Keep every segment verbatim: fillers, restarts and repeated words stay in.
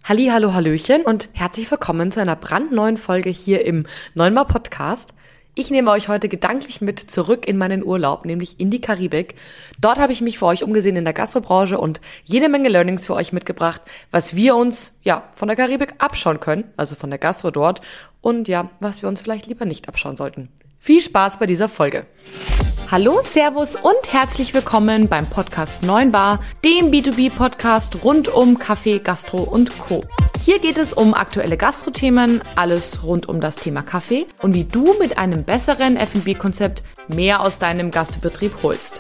Halli, hallo, hallöchen und herzlich willkommen zu einer brandneuen Folge hier im Neunmal Podcast. Ich nehme euch heute gedanklich mit zurück in meinen Urlaub, nämlich in die Karibik. Dort habe ich mich für euch umgesehen in der Gastrobranche und jede Menge Learnings für euch mitgebracht, was wir uns ja von der Karibik abschauen können, also von der Gastro dort, und ja, was wir uns vielleicht lieber nicht abschauen sollten. Viel Spaß bei dieser Folge. Hallo, Servus und herzlich willkommen beim Podcast neun Bar, dem B zwei B-Podcast rund um Kaffee, Gastro und Co. Hier geht es um aktuelle Gastro-Themen, alles rund um das Thema Kaffee und wie du mit einem besseren F und B-Konzept mehr aus deinem Gastbetrieb holst.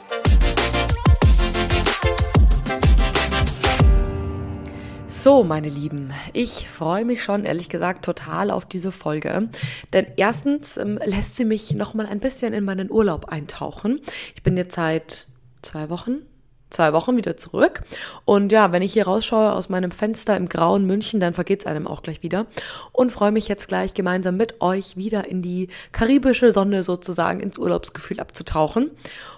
So, meine Lieben, ich freue mich schon, ehrlich gesagt, total auf diese Folge, denn erstens ähm, lässt sie mich nochmal ein bisschen in meinen Urlaub eintauchen. Ich bin jetzt seit zwei Wochen, zwei Wochen wieder zurück und ja, wenn ich hier rausschaue aus meinem Fenster im grauen München, dann vergeht's einem auch gleich wieder und freue mich jetzt gleich gemeinsam mit euch wieder in die karibische Sonne sozusagen ins Urlaubsgefühl abzutauchen.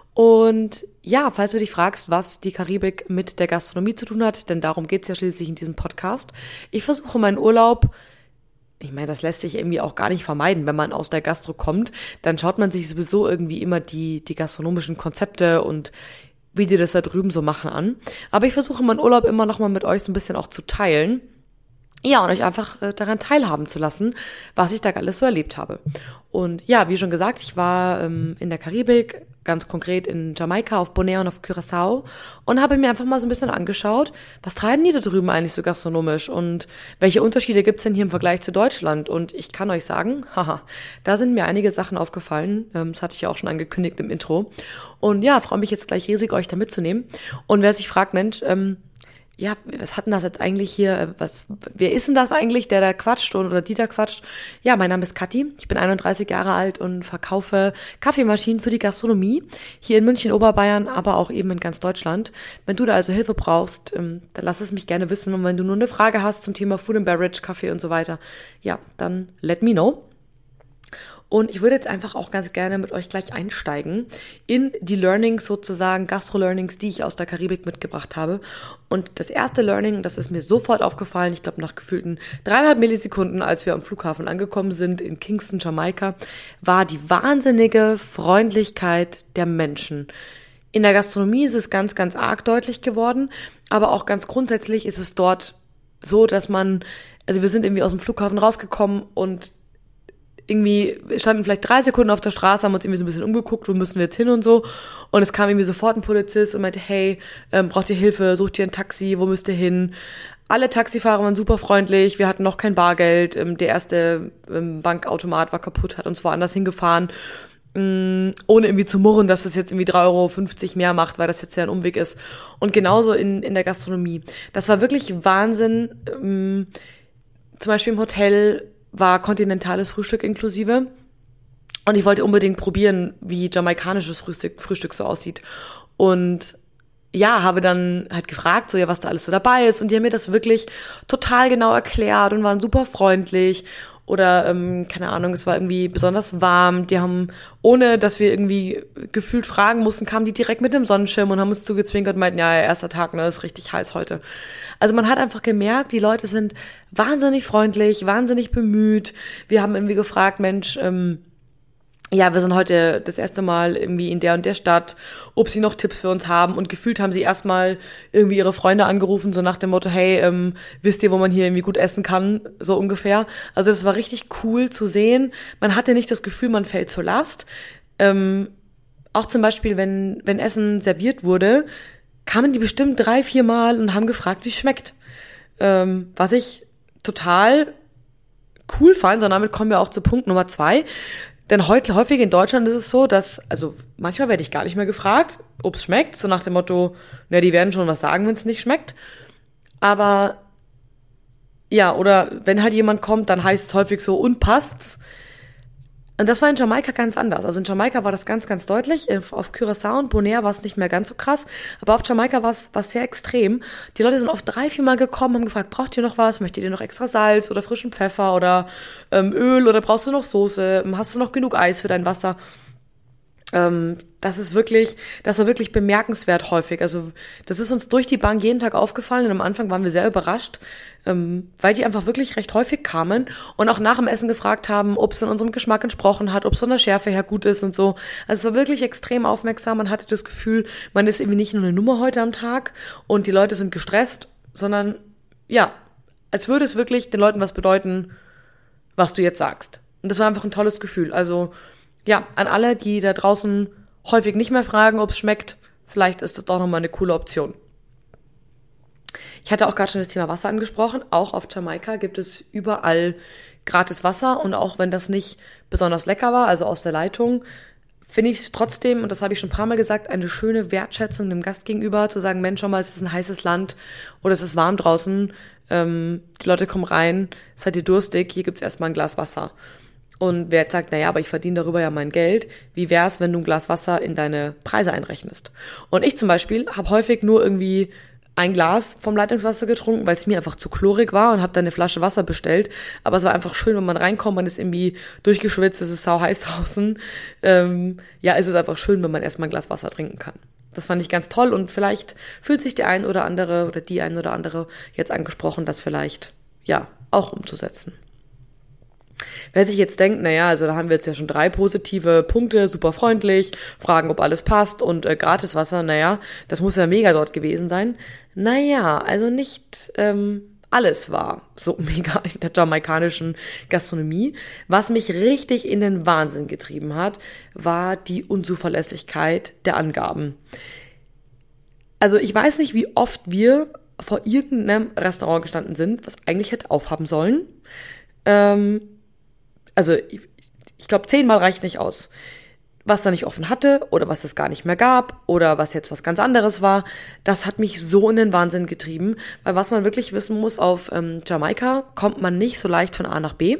Und ja, falls du dich fragst, was die Karibik mit der Gastronomie zu tun hat, denn darum geht's ja schließlich in diesem Podcast. Ich versuche meinen Urlaub, ich meine, das lässt sich irgendwie auch gar nicht vermeiden, wenn man aus der Gastro kommt, dann schaut man sich sowieso irgendwie immer die, die gastronomischen Konzepte und wie die das da drüben so machen an. Aber ich versuche meinen Urlaub immer noch mal mit euch so ein bisschen auch zu teilen. Ja, und euch einfach äh, daran teilhaben zu lassen, was ich da alles so erlebt habe. Und ja, wie schon gesagt, ich war ähm, in der Karibik, ganz konkret in Jamaika, auf Bonaire und auf Curaçao und habe mir einfach mal so ein bisschen angeschaut, was treiben die da drüben eigentlich so gastronomisch und welche Unterschiede gibt's denn hier im Vergleich zu Deutschland? Und ich kann euch sagen, haha, da sind mir einige Sachen aufgefallen, ähm, das hatte ich ja auch schon angekündigt im Intro. Und ja, freue mich jetzt gleich riesig, euch da mitzunehmen. Und wer sich fragt, Mensch, ähm, ja, was hat denn das jetzt eigentlich hier, was, wer ist denn das eigentlich, der da quatscht oder die da quatscht? Ja, mein Name ist Kathi, ich bin einunddreißig Jahre alt und verkaufe Kaffeemaschinen für die Gastronomie, hier in München, Oberbayern, aber auch eben in ganz Deutschland. Wenn du da also Hilfe brauchst, dann lass es mich gerne wissen und wenn du nur eine Frage hast zum Thema Food and Beverage, Kaffee und so weiter, ja, dann let me know. Und ich würde jetzt einfach auch ganz gerne mit euch gleich einsteigen in die Learnings sozusagen, Gastro-Learnings, die ich aus der Karibik mitgebracht habe. Und das erste Learning, das ist mir sofort aufgefallen, ich glaube nach gefühlten dreieinhalb Millisekunden, als wir am Flughafen angekommen sind in Kingston, Jamaika, war die wahnsinnige Freundlichkeit der Menschen. In der Gastronomie ist es ganz, ganz arg deutlich geworden, aber auch ganz grundsätzlich ist es dort so, dass man, also wir sind irgendwie aus dem Flughafen rausgekommen und irgendwie standen vielleicht drei Sekunden auf der Straße, haben uns irgendwie so ein bisschen umgeguckt, wo müssen wir jetzt hin und so. Und es kam irgendwie sofort ein Polizist und meinte, hey, ähm, braucht ihr Hilfe, sucht ihr ein Taxi, wo müsst ihr hin? Alle Taxifahrer waren super freundlich, wir hatten noch kein Bargeld, ähm, der erste ähm, Bankautomat war kaputt, hat uns woanders hingefahren, ähm, ohne irgendwie zu murren, dass es jetzt irgendwie drei Euro fünfzig mehr macht, weil das jetzt ja ein Umweg ist. Und genauso in, in der Gastronomie. Das war wirklich Wahnsinn. Ähm, zum Beispiel im Hotel war kontinentales Frühstück inklusive und ich wollte unbedingt probieren, wie jamaikanisches Frühstück, Frühstück so aussieht und ja, habe dann halt gefragt, so ja, was da alles so dabei ist und die haben mir das wirklich total genau erklärt und waren super freundlich oder ähm, keine Ahnung, es war irgendwie besonders warm, die haben, ohne dass wir irgendwie gefühlt fragen mussten, kamen die direkt mit dem Sonnenschirm und haben uns zugezwinkert und meinten, ja, erster Tag, ne, ist richtig heiß heute. Also man hat einfach gemerkt, die Leute sind wahnsinnig freundlich, wahnsinnig bemüht. Wir haben irgendwie gefragt, Mensch, ähm, ja, wir sind heute das erste Mal irgendwie in der und der Stadt, ob sie noch Tipps für uns haben. Und gefühlt haben sie erstmal irgendwie ihre Freunde angerufen, so nach dem Motto, hey, ähm, wisst ihr, wo man hier irgendwie gut essen kann, so ungefähr. Also das war richtig cool zu sehen. Man hatte nicht das Gefühl, man fällt zur Last. Ähm, auch zum Beispiel, wenn wenn Essen serviert wurde, kamen die bestimmt drei, vier Mal und haben gefragt, wie es schmeckt. Ähm, was ich total cool fand, und damit kommen wir auch zu Punkt Nummer zwei. Denn heute häufig in Deutschland ist es so, dass, also manchmal werde ich gar nicht mehr gefragt, ob es schmeckt, so nach dem Motto, na, die werden schon was sagen, wenn es nicht schmeckt. Aber ja, oder wenn halt jemand kommt, dann heißt es häufig so, und passt's? Und das war in Jamaika ganz anders. Also in Jamaika war das ganz, ganz deutlich. Auf Curaçao und Bonaire war es nicht mehr ganz so krass. Aber auf Jamaika war es war es sehr extrem. Die Leute sind oft drei, vier Mal gekommen, haben gefragt, braucht ihr noch was? Möchtet ihr noch extra Salz oder frischen Pfeffer oder ähm, Öl oder brauchst du noch Soße? Hast du noch genug Eis für dein Wasser? Ähm, das ist wirklich, das war wirklich bemerkenswert häufig. Also das ist uns durch die Bank jeden Tag aufgefallen und am Anfang waren wir sehr überrascht, ähm, weil die einfach wirklich recht häufig kamen und auch nach dem Essen gefragt haben, ob es in unserem Geschmack entsprochen hat, ob es von der Schärfe her gut ist und so. Also es war wirklich extrem aufmerksam. Man hatte das Gefühl, man ist irgendwie nicht nur eine Nummer heute am Tag und die Leute sind gestresst, sondern ja, als würde es wirklich den Leuten was bedeuten, was du jetzt sagst. Und das war einfach ein tolles Gefühl. Also ja, an alle, die da draußen häufig nicht mehr fragen, ob es schmeckt, vielleicht ist das doch nochmal eine coole Option. Ich hatte auch gerade schon das Thema Wasser angesprochen. Auch auf Jamaika gibt es überall gratis Wasser und auch wenn das nicht besonders lecker war, also aus der Leitung, finde ich es trotzdem, und das habe ich schon ein paar Mal gesagt, eine schöne Wertschätzung dem Gast gegenüber, zu sagen, Mensch, schau mal, es ist ein heißes Land oder es ist warm draußen, ähm, die Leute kommen rein, seid ihr durstig, hier gibt's erstmal ein Glas Wasser. Und wer jetzt sagt, naja, aber ich verdiene darüber ja mein Geld, wie wär's, wenn du ein Glas Wasser in deine Preise einrechnest? Und ich zum Beispiel habe häufig nur irgendwie ein Glas vom Leitungswasser getrunken, weil es mir einfach zu chlorig war und habe dann eine Flasche Wasser bestellt. Aber es war einfach schön, wenn man reinkommt, man ist irgendwie durchgeschwitzt, es ist sau heiß draußen. Ähm, ja, es ist einfach schön, wenn man erstmal ein Glas Wasser trinken kann. Das fand ich ganz toll und vielleicht fühlt sich der ein oder andere oder die ein oder andere jetzt angesprochen, das vielleicht, ja, auch umzusetzen. Wer sich jetzt denkt, naja, also da haben wir jetzt ja schon drei positive Punkte, super freundlich, fragen, ob alles passt und äh, Gratiswasser, naja, das muss ja mega dort gewesen sein. Naja, also nicht ähm, alles war so mega in der jamaikanischen Gastronomie. Was mich richtig in den Wahnsinn getrieben hat, war die Unzuverlässigkeit der Angaben. Also ich weiß nicht, wie oft wir vor irgendeinem Restaurant gestanden sind, was eigentlich hätte aufhaben sollen. Ähm, Also ich, ich glaube, zehnmal reicht nicht aus. Was da nicht offen hatte oder was es gar nicht mehr gab oder was jetzt was ganz anderes war, das hat mich so in den Wahnsinn getrieben. Weil was man wirklich wissen muss, auf ähm, Jamaika kommt man nicht so leicht von A nach B.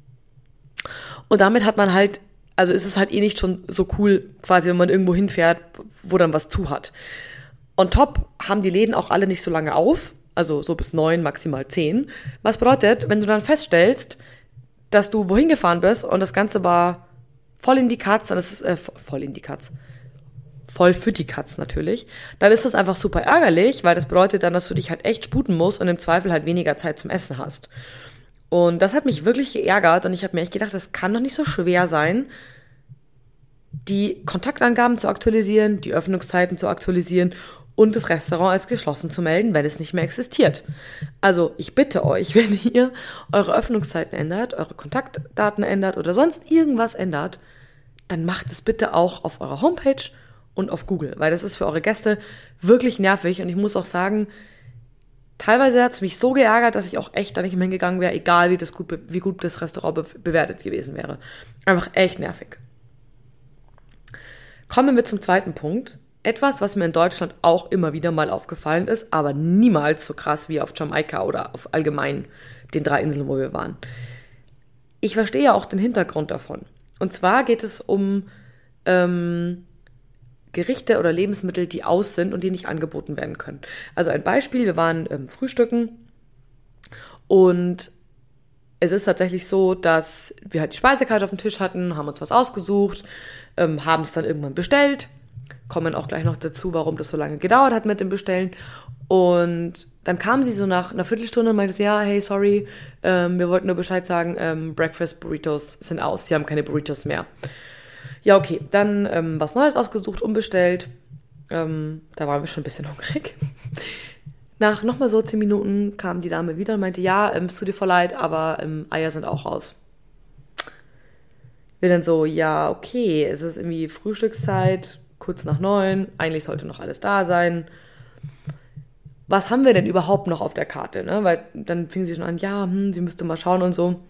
Und damit hat man halt, also ist es halt eh nicht schon so cool, quasi, wenn man irgendwo hinfährt, wo dann was zu hat. On top haben die Läden auch alle nicht so lange auf, also so bis neun, maximal zehn. Was bedeutet, wenn du dann feststellst, dass du wohin gefahren bist und das Ganze war voll in die Katz, dann ist es, äh, voll in die Katz, voll für die Katz natürlich, dann ist das einfach super ärgerlich, weil das bedeutet dann, dass du dich halt echt sputen musst und im Zweifel halt weniger Zeit zum Essen hast. Und das hat mich wirklich geärgert und ich habe mir echt gedacht, das kann doch nicht so schwer sein, die Kontaktangaben zu aktualisieren, die Öffnungszeiten zu aktualisieren und das Restaurant als geschlossen zu melden, wenn es nicht mehr existiert. Also ich bitte euch, wenn ihr eure Öffnungszeiten ändert, eure Kontaktdaten ändert oder sonst irgendwas ändert, dann macht es bitte auch auf eurer Homepage und auf Google, weil das ist für eure Gäste wirklich nervig und ich muss auch sagen, teilweise hat es mich so geärgert, dass ich auch echt da nicht mehr hingegangen wäre, egal wie, das gut, wie gut das Restaurant be- bewertet gewesen wäre. Einfach echt nervig. Kommen wir zum zweiten Punkt. Etwas, was mir in Deutschland auch immer wieder mal aufgefallen ist, aber niemals so krass wie auf Jamaika oder auf allgemein den drei Inseln, wo wir waren. Ich verstehe ja auch den Hintergrund davon. Und zwar geht es um ähm, Gerichte oder Lebensmittel, die aus sind und die nicht angeboten werden können. Also ein Beispiel, wir waren ähm, frühstücken und es ist tatsächlich so, dass wir halt die Speisekarte auf dem Tisch hatten, haben uns was ausgesucht, ähm, haben es dann irgendwann bestellt, kommen auch gleich noch dazu, warum das so lange gedauert hat mit dem Bestellen. Und dann kam sie so nach einer Viertelstunde und meinte, so, ja, hey, sorry, ähm, wir wollten nur Bescheid sagen, ähm, Breakfast Burritos sind aus, sie haben keine Burritos mehr. Ja, okay, dann ähm, was Neues ausgesucht, umbestellt. Ähm, da waren wir schon ein bisschen hungrig. Nach nochmal so zehn Minuten kam die Dame wieder und meinte, ja, ähm, es tut dir voll leid, aber ähm, Eier sind auch aus. Wir dann so, ja, okay, es ist irgendwie Frühstückszeit, kurz nach neun, eigentlich sollte noch alles da sein. Was haben wir denn überhaupt noch auf der Karte? Ne? Weil dann fing sie schon an, ja, hm, sie müsste mal schauen und so.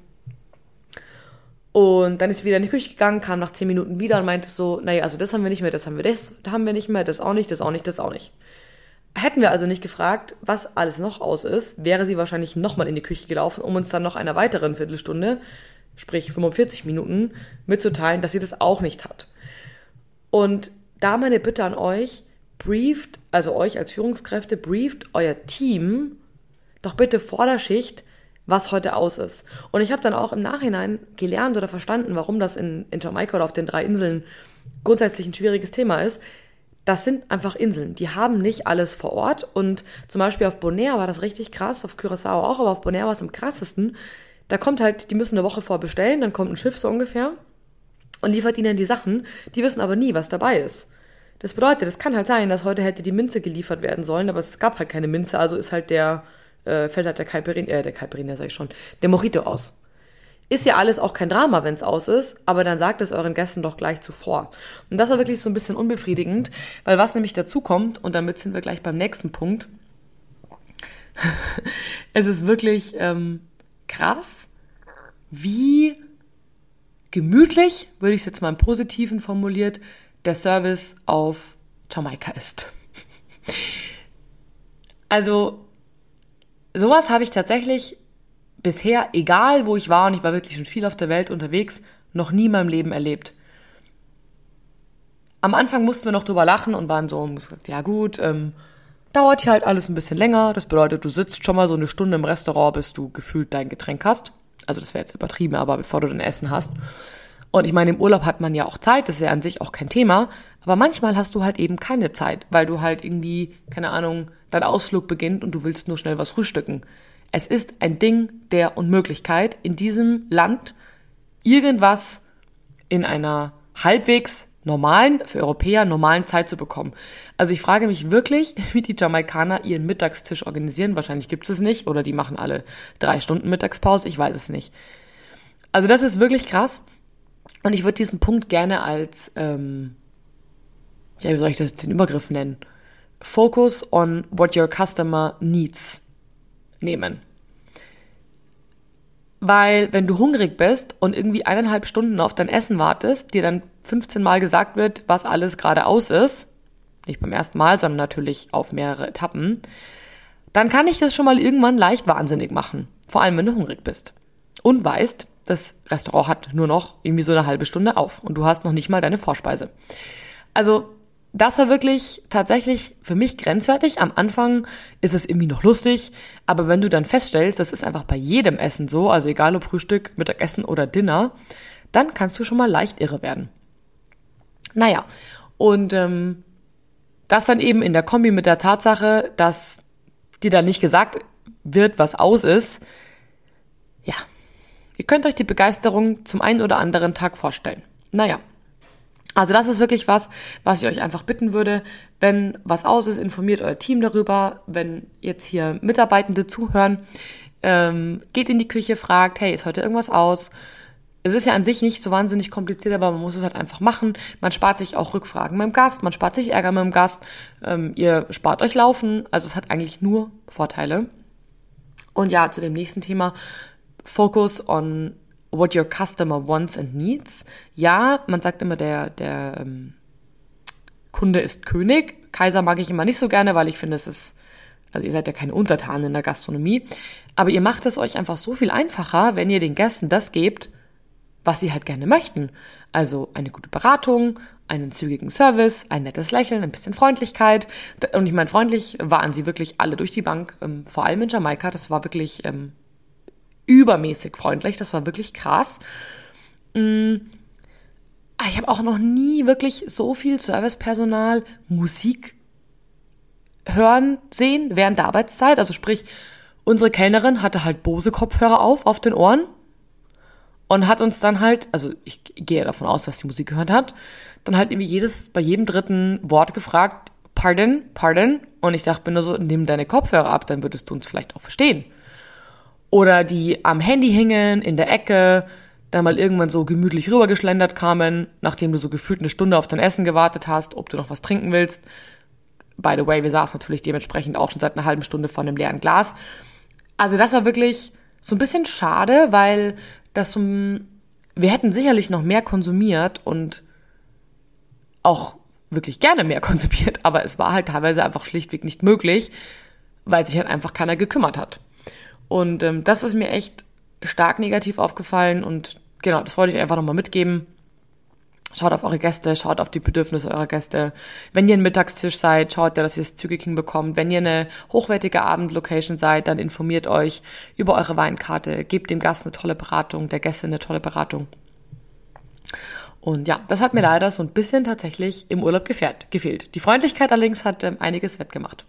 Und dann ist sie wieder in die Küche gegangen, kam nach zehn Minuten wieder und meinte so, naja, also das haben wir nicht mehr, das haben wir, das haben wir nicht mehr, das auch nicht, das auch nicht, das auch nicht. Hätten wir also nicht gefragt, was alles noch aus ist, wäre sie wahrscheinlich nochmal in die Küche gelaufen, um uns dann noch einer weiteren Viertelstunde, sprich fünfundvierzig Minuten, mitzuteilen, dass sie das auch nicht hat. Und da meine Bitte an euch, brieft, also euch als Führungskräfte, brieft euer Team doch bitte vor der Schicht, was heute aus ist. Und ich habe dann auch im Nachhinein gelernt oder verstanden, warum das in, in Jamaika oder auf den drei Inseln grundsätzlich ein schwieriges Thema ist, das sind einfach Inseln, die haben nicht alles vor Ort und zum Beispiel auf Bonaire war das richtig krass, auf Curaçao auch, aber auf Bonaire war es am krassesten. Da kommt halt, die müssen eine Woche vor bestellen, dann kommt ein Schiff so ungefähr und liefert ihnen die Sachen, die wissen aber nie, was dabei ist. Das bedeutet, es kann halt sein, dass heute hätte die Minze geliefert werden sollen, aber es gab halt keine Minze, also ist halt der, äh, fällt halt der Caipirinha, äh, der Caipirinha sag ich schon, der Mojito aus. Ist ja alles auch kein Drama, wenn es aus ist, aber dann sagt es euren Gästen doch gleich zuvor. Und das war wirklich so ein bisschen unbefriedigend, weil was nämlich dazu kommt, und damit sind wir gleich beim nächsten Punkt, es ist wirklich ähm, krass, wie gemütlich, würde ich es jetzt mal im Positiven formuliert, der Service auf Jamaika ist. Also, sowas habe ich tatsächlich bisher, egal wo ich war, und ich war wirklich schon viel auf der Welt unterwegs, noch nie in meinem Leben erlebt. Am Anfang mussten wir noch drüber lachen und waren so, gesagt, ja gut, ähm, dauert hier halt alles ein bisschen länger. Das bedeutet, du sitzt schon mal so eine Stunde im Restaurant, bis du gefühlt dein Getränk hast. Also das wäre jetzt übertrieben, aber bevor du dein Essen hast. Und ich meine, im Urlaub hat man ja auch Zeit, das ist ja an sich auch kein Thema, aber manchmal hast du halt eben keine Zeit, weil du halt irgendwie, keine Ahnung, dein Ausflug beginnt und du willst nur schnell was frühstücken. Es ist ein Ding der Unmöglichkeit, in diesem Land irgendwas in einer halbwegs normalen, für Europäer normalen Zeit zu bekommen. Also ich frage mich wirklich, wie die Jamaikaner ihren Mittagstisch organisieren. Wahrscheinlich gibt es es nicht oder die machen alle drei Stunden Mittagspause, ich weiß es nicht. Also das ist wirklich krass. Und ich würde diesen Punkt gerne als, ähm, ja, wie soll ich das jetzt den Übergriff nennen? Focus on what your customer needs nehmen. Weil, wenn du hungrig bist und irgendwie eineinhalb Stunden auf dein Essen wartest, dir dann fünfzehn Mal gesagt wird, was alles gerade aus ist, nicht beim ersten Mal, sondern natürlich auf mehrere Etappen, dann kann ich das schon mal irgendwann leicht wahnsinnig machen. Vor allem, wenn du hungrig bist. Und weißt, das Restaurant hat nur noch irgendwie so eine halbe Stunde auf und du hast noch nicht mal deine Vorspeise. Also das war wirklich tatsächlich für mich grenzwertig. Am Anfang ist es irgendwie noch lustig, aber wenn du dann feststellst, das ist einfach bei jedem Essen so, also egal ob Frühstück, Mittagessen oder Dinner, dann kannst du schon mal leicht irre werden. Naja, und ähm, das dann eben in der Kombi mit der Tatsache, dass dir dann nicht gesagt wird, was aus ist, ja, ihr könnt euch die Begeisterung zum einen oder anderen Tag vorstellen. Naja, also das ist wirklich was, was ich euch einfach bitten würde, wenn was aus ist, informiert euer Team darüber, wenn jetzt hier Mitarbeitende zuhören, ähm, geht in die Küche, fragt, hey, ist heute irgendwas aus? Es ist ja an sich nicht so wahnsinnig kompliziert, aber man muss es halt einfach machen. Man spart sich auch Rückfragen beim Gast, man spart sich Ärger mit dem Gast, ähm, ihr spart euch Laufen, also es hat eigentlich nur Vorteile. Und ja, zu dem nächsten Thema, Focus on what your customer wants and needs. Ja, man sagt immer, der, der ähm, Kunde ist König. Kaiser mag ich immer nicht so gerne, weil ich finde, es ist, also ihr seid ja keine Untertanen in der Gastronomie, aber ihr macht es euch einfach so viel einfacher, wenn ihr den Gästen das gebt, was sie halt gerne möchten. Also eine gute Beratung, einen zügigen Service, ein nettes Lächeln, ein bisschen Freundlichkeit. Und ich meine, freundlich waren sie wirklich alle durch die Bank, ähm, vor allem in Jamaika. Das war wirklich ähm, übermäßig freundlich, das war wirklich krass. Ich habe auch noch nie wirklich so viel Servicepersonal Musik hören sehen während der Arbeitszeit. Also sprich, unsere Kellnerin hatte halt Bose-Kopfhörer auf, auf den Ohren und hat uns dann halt, also ich gehe davon aus, dass sie Musik gehört hat, dann halt irgendwie jedes, bei jedem dritten Wort gefragt, pardon, pardon. Und ich dachte mir nur so, nimm deine Kopfhörer ab, dann würdest du uns vielleicht auch verstehen. Oder die am Handy hingen, in der Ecke, dann mal irgendwann so gemütlich rübergeschlendert kamen, nachdem du so gefühlt eine Stunde auf dein Essen gewartet hast, ob du noch was trinken willst. By the way, wir saßen natürlich dementsprechend auch schon seit einer halben Stunde vor einem leeren Glas. Also das war wirklich so ein bisschen schade, weil das so, wir hätten sicherlich noch mehr konsumiert und auch wirklich gerne mehr konsumiert, aber es war halt teilweise einfach schlichtweg nicht möglich, weil sich halt einfach keiner gekümmert hat. Und ähm, das ist mir echt stark negativ aufgefallen und genau, das wollte ich einfach nochmal mitgeben. Schaut auf eure Gäste, schaut auf die Bedürfnisse eurer Gäste. Wenn ihr ein Mittagstisch seid, schaut ja, dass ihr es zügig hinbekommt. Wenn ihr eine hochwertige Abendlocation seid, dann informiert euch über eure Weinkarte, gebt dem Gast eine tolle Beratung, der Gäste eine tolle Beratung. Und ja, das hat mir leider so ein bisschen tatsächlich im Urlaub gefährt, gefehlt. Die Freundlichkeit allerdings hat ähm, einiges wettgemacht.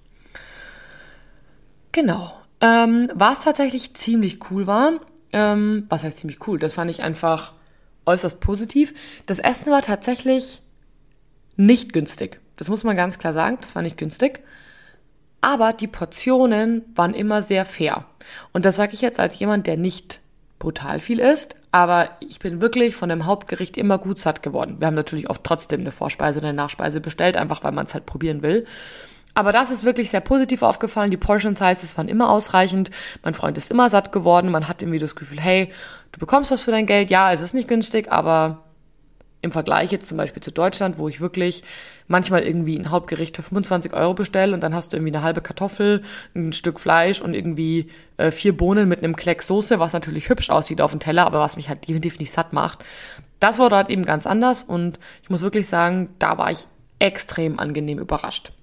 Genau. Ähm, was tatsächlich ziemlich cool war, ähm, was heißt ziemlich cool? Das fand ich einfach äußerst positiv. Das Essen war tatsächlich nicht günstig. Das muss man ganz klar sagen, das war nicht günstig. Aber die Portionen waren immer sehr fair. Und das sage ich jetzt als jemand, der nicht brutal viel isst, aber ich bin wirklich von dem Hauptgericht immer gut satt geworden. Wir haben natürlich oft trotzdem eine Vorspeise und eine Nachspeise bestellt, einfach weil man es halt probieren will. Aber das ist wirklich sehr positiv aufgefallen. Die Portion Sizes waren immer ausreichend. Mein Freund ist immer satt geworden. Man hat irgendwie das Gefühl, hey, du bekommst was für dein Geld. Ja, es ist nicht günstig, aber im Vergleich jetzt zum Beispiel zu Deutschland, wo ich wirklich manchmal irgendwie ein Hauptgericht für fünfundzwanzig Euro bestelle und dann hast du irgendwie eine halbe Kartoffel, ein Stück Fleisch und irgendwie äh, vier Bohnen mit einem Kleck Soße, was natürlich hübsch aussieht auf dem Teller, aber was mich halt definitiv nicht satt macht. Das war dort eben ganz anders und ich muss wirklich sagen, da war ich extrem angenehm überrascht.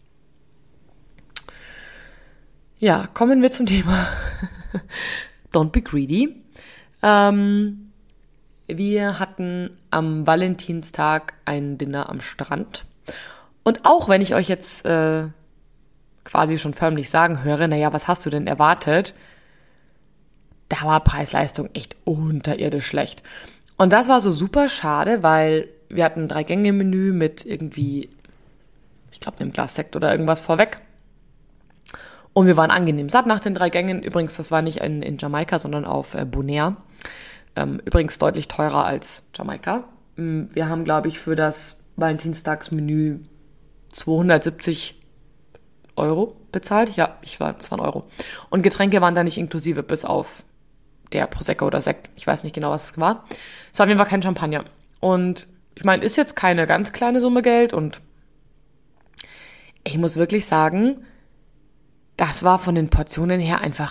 Ja, kommen wir zum Thema Don't be greedy. Ähm, Wir hatten am Valentinstag ein Dinner am Strand. Und auch wenn ich euch jetzt äh, quasi schon förmlich sagen höre, naja, was hast du denn erwartet? Da war Preis-Leistung echt unterirdisch schlecht. Und das war so super schade, weil wir hatten ein Drei-Gänge-Menü mit irgendwie, ich glaube, einem Glas Sekt oder irgendwas vorweg. Und wir waren angenehm satt nach den drei Gängen. Übrigens, das war nicht in, in Jamaika, sondern auf äh, Bonaire. Übrigens deutlich teurer als Jamaika. Wir haben, glaube ich, für das Valentinstagsmenü zweihundertsiebzig Euro bezahlt. Ja, ich war, es waren Euro. Und Getränke waren da nicht inklusive, bis auf der Prosecco oder Sekt. Ich weiß nicht genau, was es war. Es war auf jeden Fall kein Champagner. Und ich meine, ist jetzt keine ganz kleine Summe Geld. Und ich muss wirklich sagen, das war von den Portionen her einfach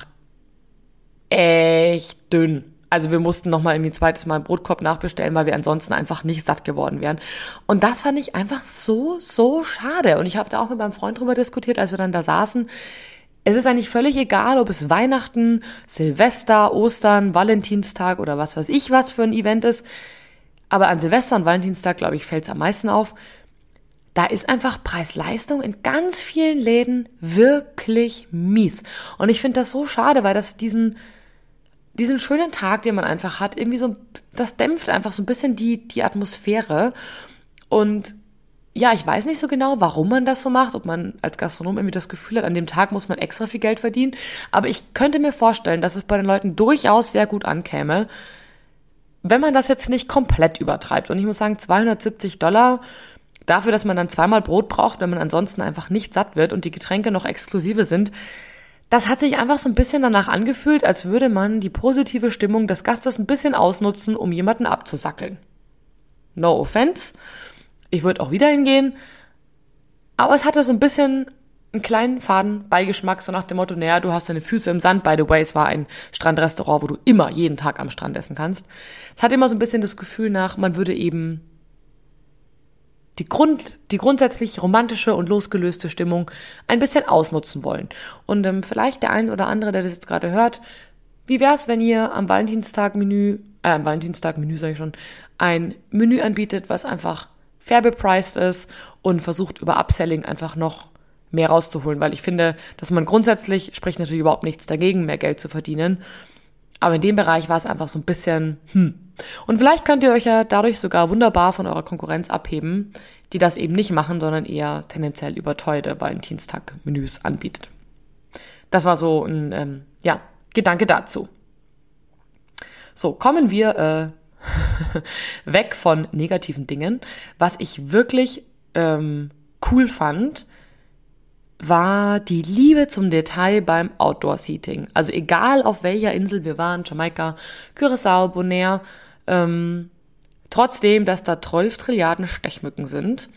echt dünn. Also wir mussten nochmal irgendwie ein zweites Mal einen Brotkorb nachbestellen, weil wir ansonsten einfach nicht satt geworden wären. Und das fand ich einfach so, so schade. Und ich habe da auch mit meinem Freund drüber diskutiert, als wir dann da saßen. Es ist eigentlich völlig egal, ob es Weihnachten, Silvester, Ostern, Valentinstag oder was weiß ich was für ein Event ist. Aber an Silvester und Valentinstag, glaube ich, fällt es am meisten auf. Da ist einfach Preis-Leistung in ganz vielen Läden wirklich mies. Und ich finde das so schade, weil das diesen... diesen schönen Tag, den man einfach hat, irgendwie so, das dämpft einfach so ein bisschen die, die Atmosphäre. Und ja, ich weiß nicht so genau, warum man das so macht, ob man als Gastronom irgendwie das Gefühl hat, an dem Tag muss man extra viel Geld verdienen. Aber ich könnte mir vorstellen, dass es bei den Leuten durchaus sehr gut ankäme, wenn man das jetzt nicht komplett übertreibt. Und ich muss sagen, zweihundertsiebzig Dollar dafür, dass man dann zweimal Brot braucht, wenn man ansonsten einfach nicht satt wird und die Getränke noch exklusive sind, das hat sich einfach so ein bisschen danach angefühlt, als würde man die positive Stimmung des Gastes ein bisschen ausnutzen, um jemanden abzusackeln. No offense. Ich würde auch wieder hingehen. Aber es hatte so ein bisschen einen kleinen faden Beigeschmack, so nach dem Motto, naja, du hast deine Füße im Sand. By the way, es war ein Strandrestaurant, wo du immer jeden Tag am Strand essen kannst. Es hat immer so ein bisschen das Gefühl nach, man würde eben die Grund, die grundsätzlich romantische und losgelöste Stimmung ein bisschen ausnutzen wollen. Und ähm, vielleicht der ein oder andere, der das jetzt gerade hört, wie wär's, wenn ihr am Valentinstag Menü, äh, am Valentinstag Menü sage ich schon, ein Menü anbietet, was einfach fair bepriced ist und versucht über Upselling einfach noch mehr rauszuholen, weil ich finde, dass man grundsätzlich, spricht natürlich überhaupt nichts dagegen, mehr Geld zu verdienen, aber in dem Bereich war es einfach so ein bisschen, hm. Und vielleicht könnt ihr euch ja dadurch sogar wunderbar von eurer Konkurrenz abheben, die das eben nicht machen, sondern eher tendenziell überteuerte Valentinstag-Menüs anbietet. Das war so ein, ähm, ja, Gedanke dazu. So, kommen wir äh, weg von negativen Dingen. Was ich wirklich ähm, cool fand, war die Liebe zum Detail beim Outdoor-Seating. Also egal auf welcher Insel wir waren, Jamaika, Curaçao, Bonaire, ähm, trotzdem, dass da zwölf Trilliarden Stechmücken sind,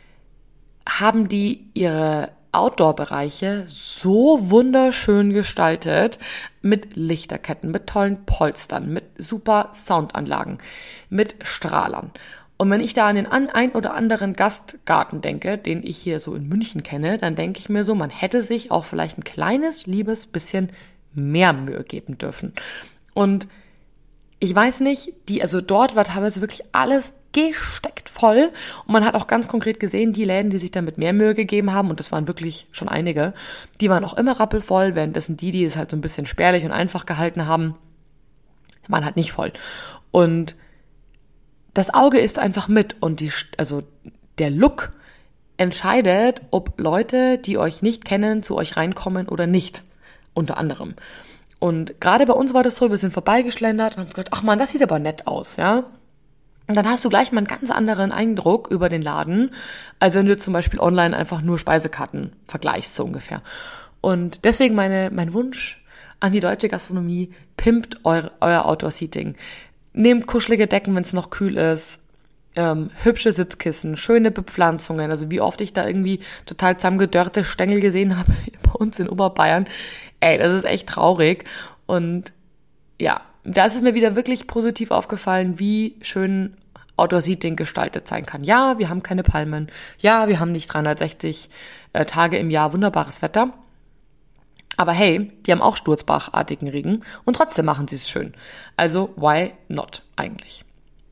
haben die ihre Outdoor-Bereiche so wunderschön gestaltet, mit Lichterketten, mit tollen Polstern, mit super Soundanlagen, mit Strahlern. Und wenn ich da an den ein oder anderen Gastgarten denke, den ich hier so in München kenne, dann denke ich mir so, man hätte sich auch vielleicht ein kleines, liebes bisschen mehr Mühe geben dürfen. Und ich weiß nicht, die, also dort war teilweise wirklich alles gesteckt voll. Und man hat auch ganz konkret gesehen, die Läden, die sich damit mehr Mühe gegeben haben, und das waren wirklich schon einige, die waren auch immer rappelvoll, währenddessen die, die es halt so ein bisschen spärlich und einfach gehalten haben, waren halt nicht voll. Und das Auge ist einfach mit und die, also der Look entscheidet, ob Leute, die euch nicht kennen, zu euch reinkommen oder nicht, unter anderem. Und gerade bei uns war das so, wir sind vorbeigeschlendert und haben gesagt, ach man, das sieht aber nett aus, ja. Und dann hast du gleich mal einen ganz anderen Eindruck über den Laden, als wenn du jetzt zum Beispiel online einfach nur Speisekarten vergleichst, so ungefähr. Und deswegen meine, mein Wunsch an die deutsche Gastronomie, pimpt euer, euer Outdoor-Seating. Nehmt kuschelige Decken, wenn es noch kühl ist, ähm, hübsche Sitzkissen, schöne Bepflanzungen. Also wie oft ich da irgendwie total zusammengedörrte Stängel gesehen habe bei uns in Oberbayern. Ey, das ist echt traurig. Und ja, da ist es mir wieder wirklich positiv aufgefallen, wie schön Outdoor-Seating gestaltet sein kann. Ja, wir haben keine Palmen. Ja, wir haben nicht dreihundertsechzig äh, Tage im Jahr wunderbares Wetter. Aber hey, die haben auch sturzbachartigen Regen und trotzdem machen sie es schön. Also, why not eigentlich?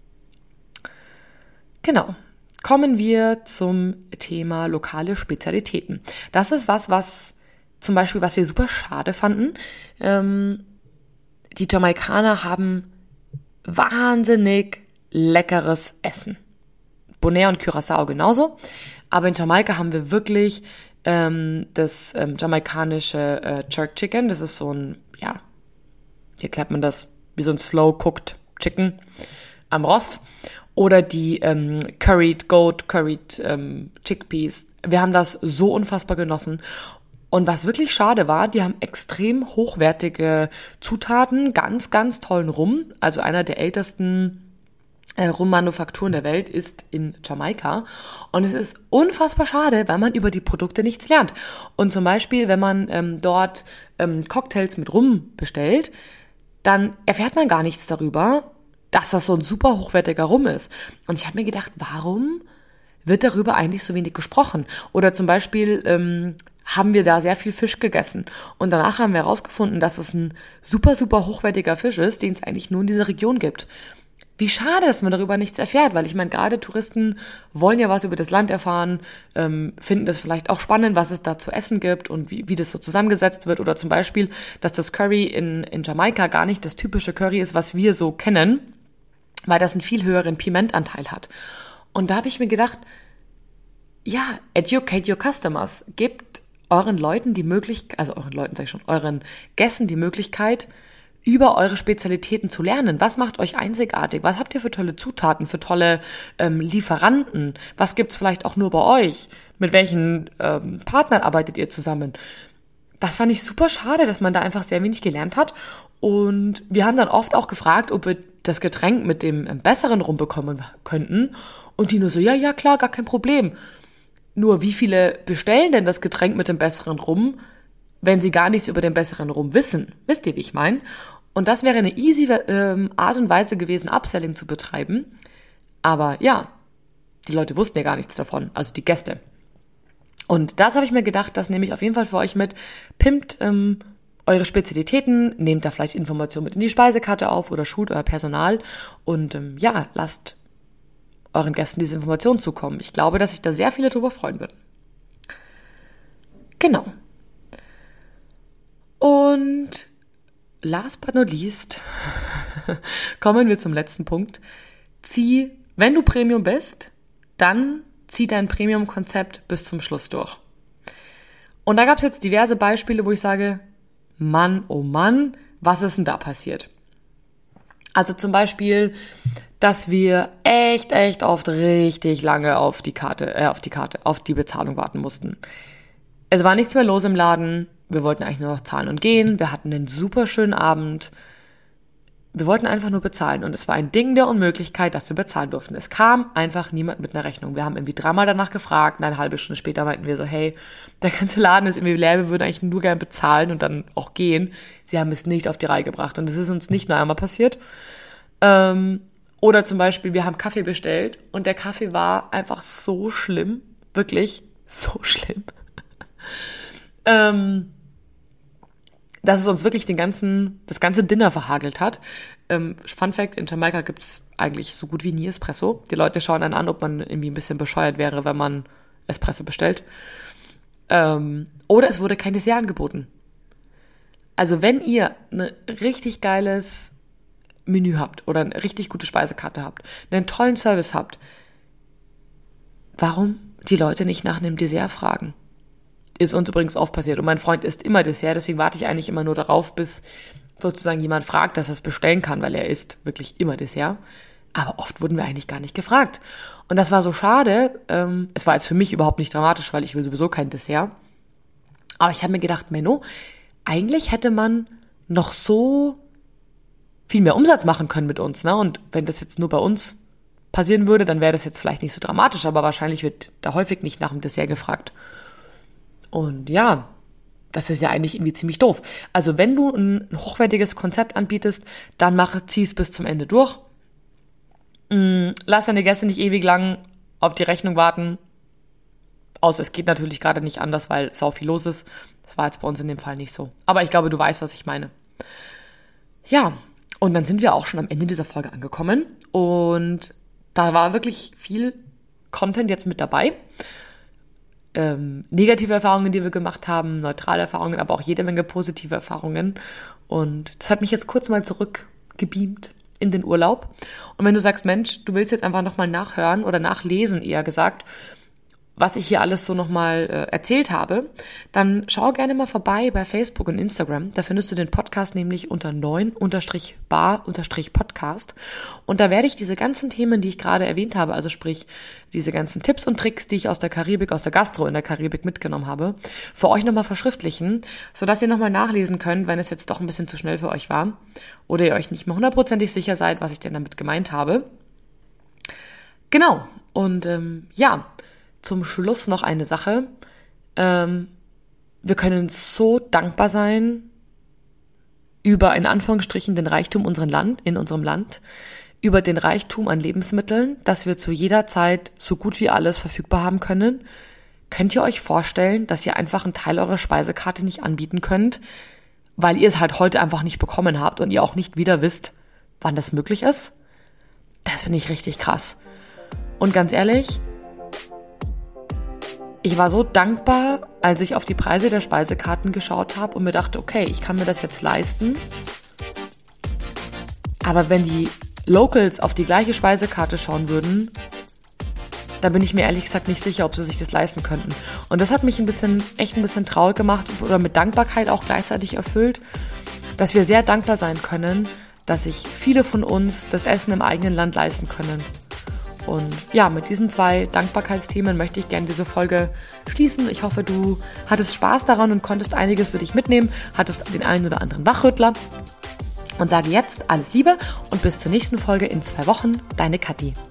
Genau. Kommen wir zum Thema lokale Spezialitäten. Das ist was, was zum Beispiel, was wir super schade fanden. Ähm, die Jamaikaner haben wahnsinnig leckeres Essen. Bonaire und Curaçao genauso. Aber in Jamaika haben wir wirklich ähm, das ähm, jamaikanische äh, Jerk Chicken. Das ist so ein, ja, wie erklärt man das? Wie so ein slow-cooked Chicken am Rost. Oder die ähm, Curried Goat, Curried ähm, Chickpeas. Wir haben das so unfassbar genossen. Und was wirklich schade war, die haben extrem hochwertige Zutaten, ganz, ganz tollen Rum. Also einer der ältesten äh, Rummanufakturen der Welt ist in Jamaika. Und es ist unfassbar schade, weil man über die Produkte nichts lernt. Und zum Beispiel, wenn man ähm, dort ähm, Cocktails mit Rum bestellt, dann erfährt man gar nichts darüber, dass das so ein super hochwertiger Rum ist. Und ich habe mir gedacht, warum wird darüber eigentlich so wenig gesprochen? Oder zum Beispiel ähm, haben wir da sehr viel Fisch gegessen. Und danach haben wir herausgefunden, dass es ein super, super hochwertiger Fisch ist, den es eigentlich nur in dieser Region gibt. Wie schade, dass man darüber nichts erfährt, weil ich meine, gerade Touristen wollen ja was über das Land erfahren, ähm, finden das vielleicht auch spannend, was es da zu essen gibt und wie, wie das so zusammengesetzt wird. Oder zum Beispiel, dass das Curry in, in Jamaika gar nicht das typische Curry ist, was wir so kennen, weil das einen viel höheren Pimentanteil hat. Und da habe ich mir gedacht, ja, educate your customers. Gebt euren Leuten die Möglichkeit, also euren Leuten sage ich schon, euren Gästen die Möglichkeit, über eure Spezialitäten zu lernen. Was macht euch einzigartig? Was habt ihr für tolle Zutaten, für tolle ähm, Lieferanten? Was gibt's vielleicht auch nur bei euch? Mit welchen ähm, Partnern arbeitet ihr zusammen? Das fand ich super schade, dass man da einfach sehr wenig gelernt hat. Und wir haben dann oft auch gefragt, ob wir das Getränk mit dem ähm, besseren Rum bekommen könnten. Und die nur so, ja, ja, klar, gar kein Problem. Nur wie viele bestellen denn das Getränk mit dem besseren Rum, wenn sie gar nichts über den besseren Rum wissen? Wisst ihr, wie ich meine? Und das wäre eine easy ähm, Art und Weise gewesen, Upselling zu betreiben. Aber ja, die Leute wussten ja gar nichts davon, also die Gäste. Und das habe ich mir gedacht, das nehme ich auf jeden Fall für euch mit. Pimmt ähm, eure Spezialitäten, nehmt da vielleicht Informationen mit in die Speisekarte auf oder schult euer Personal. Und ähm, ja, lasst euren Gästen diese Informationen zukommen. Ich glaube, dass sich da sehr viele drüber freuen würden. Genau. Und last but not least kommen wir zum letzten Punkt. Zieh, wenn du Premium bist, dann zieh dein Premium-Konzept bis zum Schluss durch. Und da gab es jetzt diverse Beispiele, wo ich sage, Mann, oh Mann, was ist denn da passiert? Also zum Beispiel, dass wir echt, echt oft richtig lange auf die Karte, äh, auf die Karte, auf die Bezahlung warten mussten. Es war nichts mehr los im Laden. Wir wollten eigentlich nur noch zahlen und gehen. Wir hatten einen super schönen Abend. Wir wollten einfach nur bezahlen. Und es war ein Ding der Unmöglichkeit, dass wir bezahlen durften. Es kam einfach niemand mit einer Rechnung. Wir haben irgendwie dreimal danach gefragt. Eine halbe Stunde später meinten wir so, hey, der ganze Laden ist irgendwie leer. Wir würden eigentlich nur gern bezahlen und dann auch gehen. Sie haben es nicht auf die Reihe gebracht. Und das ist uns nicht nur einmal passiert. Ähm, oder zum Beispiel, wir haben Kaffee bestellt. Und der Kaffee war einfach so schlimm. Wirklich so schlimm. ähm... dass es uns wirklich den ganzen, das ganze Dinner verhagelt hat. Ähm, Fun Fact, in Jamaika gibt's eigentlich so gut wie nie Espresso. Die Leute schauen dann an, ob man irgendwie ein bisschen bescheuert wäre, wenn man Espresso bestellt. Ähm, oder es wurde kein Dessert angeboten. Also wenn ihr ein richtig geiles Menü habt oder eine richtig gute Speisekarte habt, einen tollen Service habt, warum die Leute nicht nach einem Dessert fragen? Ist uns übrigens oft passiert. Und mein Freund isst immer Dessert, deswegen warte ich eigentlich immer nur darauf, bis sozusagen jemand fragt, dass er es bestellen kann, weil er isst wirklich immer Dessert. Aber oft wurden wir eigentlich gar nicht gefragt. Und das war so schade. Ähm, es war jetzt für mich überhaupt nicht dramatisch, weil ich will sowieso kein Dessert. Aber ich habe mir gedacht, Menno, eigentlich hätte man noch so viel mehr Umsatz machen können mit uns. Ne? Und wenn das jetzt nur bei uns passieren würde, dann wäre das jetzt vielleicht nicht so dramatisch. Aber wahrscheinlich wird da häufig nicht nach dem Dessert gefragt. Und ja, das ist ja eigentlich irgendwie ziemlich doof. Also wenn du ein, ein hochwertiges Konzept anbietest, dann mach, zieh es bis zum Ende durch. Mm, lass deine Gäste nicht ewig lang auf die Rechnung warten. Außer es geht natürlich gerade nicht anders, weil sau viel los ist. Das war jetzt bei uns in dem Fall nicht so. Aber ich glaube, du weißt, was ich meine. Ja, und dann sind wir auch schon am Ende dieser Folge angekommen. Und da war wirklich viel Content jetzt mit dabei. Ähm, negative Erfahrungen, die wir gemacht haben, neutrale Erfahrungen, aber auch jede Menge positive Erfahrungen. Und das hat mich jetzt kurz mal zurückgebeamt in den Urlaub. Und wenn du sagst, Mensch, du willst jetzt einfach nochmal nachhören oder nachlesen, eher gesagt, was ich hier alles so nochmal äh, erzählt habe, dann schau gerne mal vorbei bei Facebook und Instagram. Da findest du den Podcast nämlich unter neun bar Podcast. Und da werde ich diese ganzen Themen, die ich gerade erwähnt habe, also sprich diese ganzen Tipps und Tricks, die ich aus der Karibik, aus der Gastro in der Karibik mitgenommen habe, für euch nochmal verschriftlichen, sodass ihr nochmal nachlesen könnt, wenn es jetzt doch ein bisschen zu schnell für euch war oder ihr euch nicht mehr hundertprozentig sicher seid, was ich denn damit gemeint habe. Genau. Und ähm, ja, zum Schluss noch eine Sache. Ähm, wir können so dankbar sein über, in Anführungsstrichen, den Reichtum unseren Land, in unserem Land, über den Reichtum an Lebensmitteln, dass wir zu jeder Zeit so gut wie alles verfügbar haben können. Könnt ihr euch vorstellen, dass ihr einfach einen Teil eurer Speisekarte nicht anbieten könnt, weil ihr es halt heute einfach nicht bekommen habt und ihr auch nicht wieder wisst, wann das möglich ist? Das finde ich richtig krass. Und ganz ehrlich, ich war so dankbar, als ich auf die Preise der Speisekarten geschaut habe und mir dachte, okay, ich kann mir das jetzt leisten. Aber wenn die Locals auf die gleiche Speisekarte schauen würden, dann bin ich mir ehrlich gesagt nicht sicher, ob sie sich das leisten könnten. Und das hat mich ein bisschen, echt ein bisschen traurig gemacht oder mit Dankbarkeit auch gleichzeitig erfüllt, dass wir sehr dankbar sein können, dass sich viele von uns das Essen im eigenen Land leisten können. Und ja, mit diesen zwei Dankbarkeitsthemen möchte ich gerne diese Folge schließen. Ich hoffe, du hattest Spaß daran und konntest einiges für dich mitnehmen, hattest den einen oder anderen Wachrüttler. Und sage jetzt alles Liebe und bis zur nächsten Folge in zwei Wochen, deine Kathi.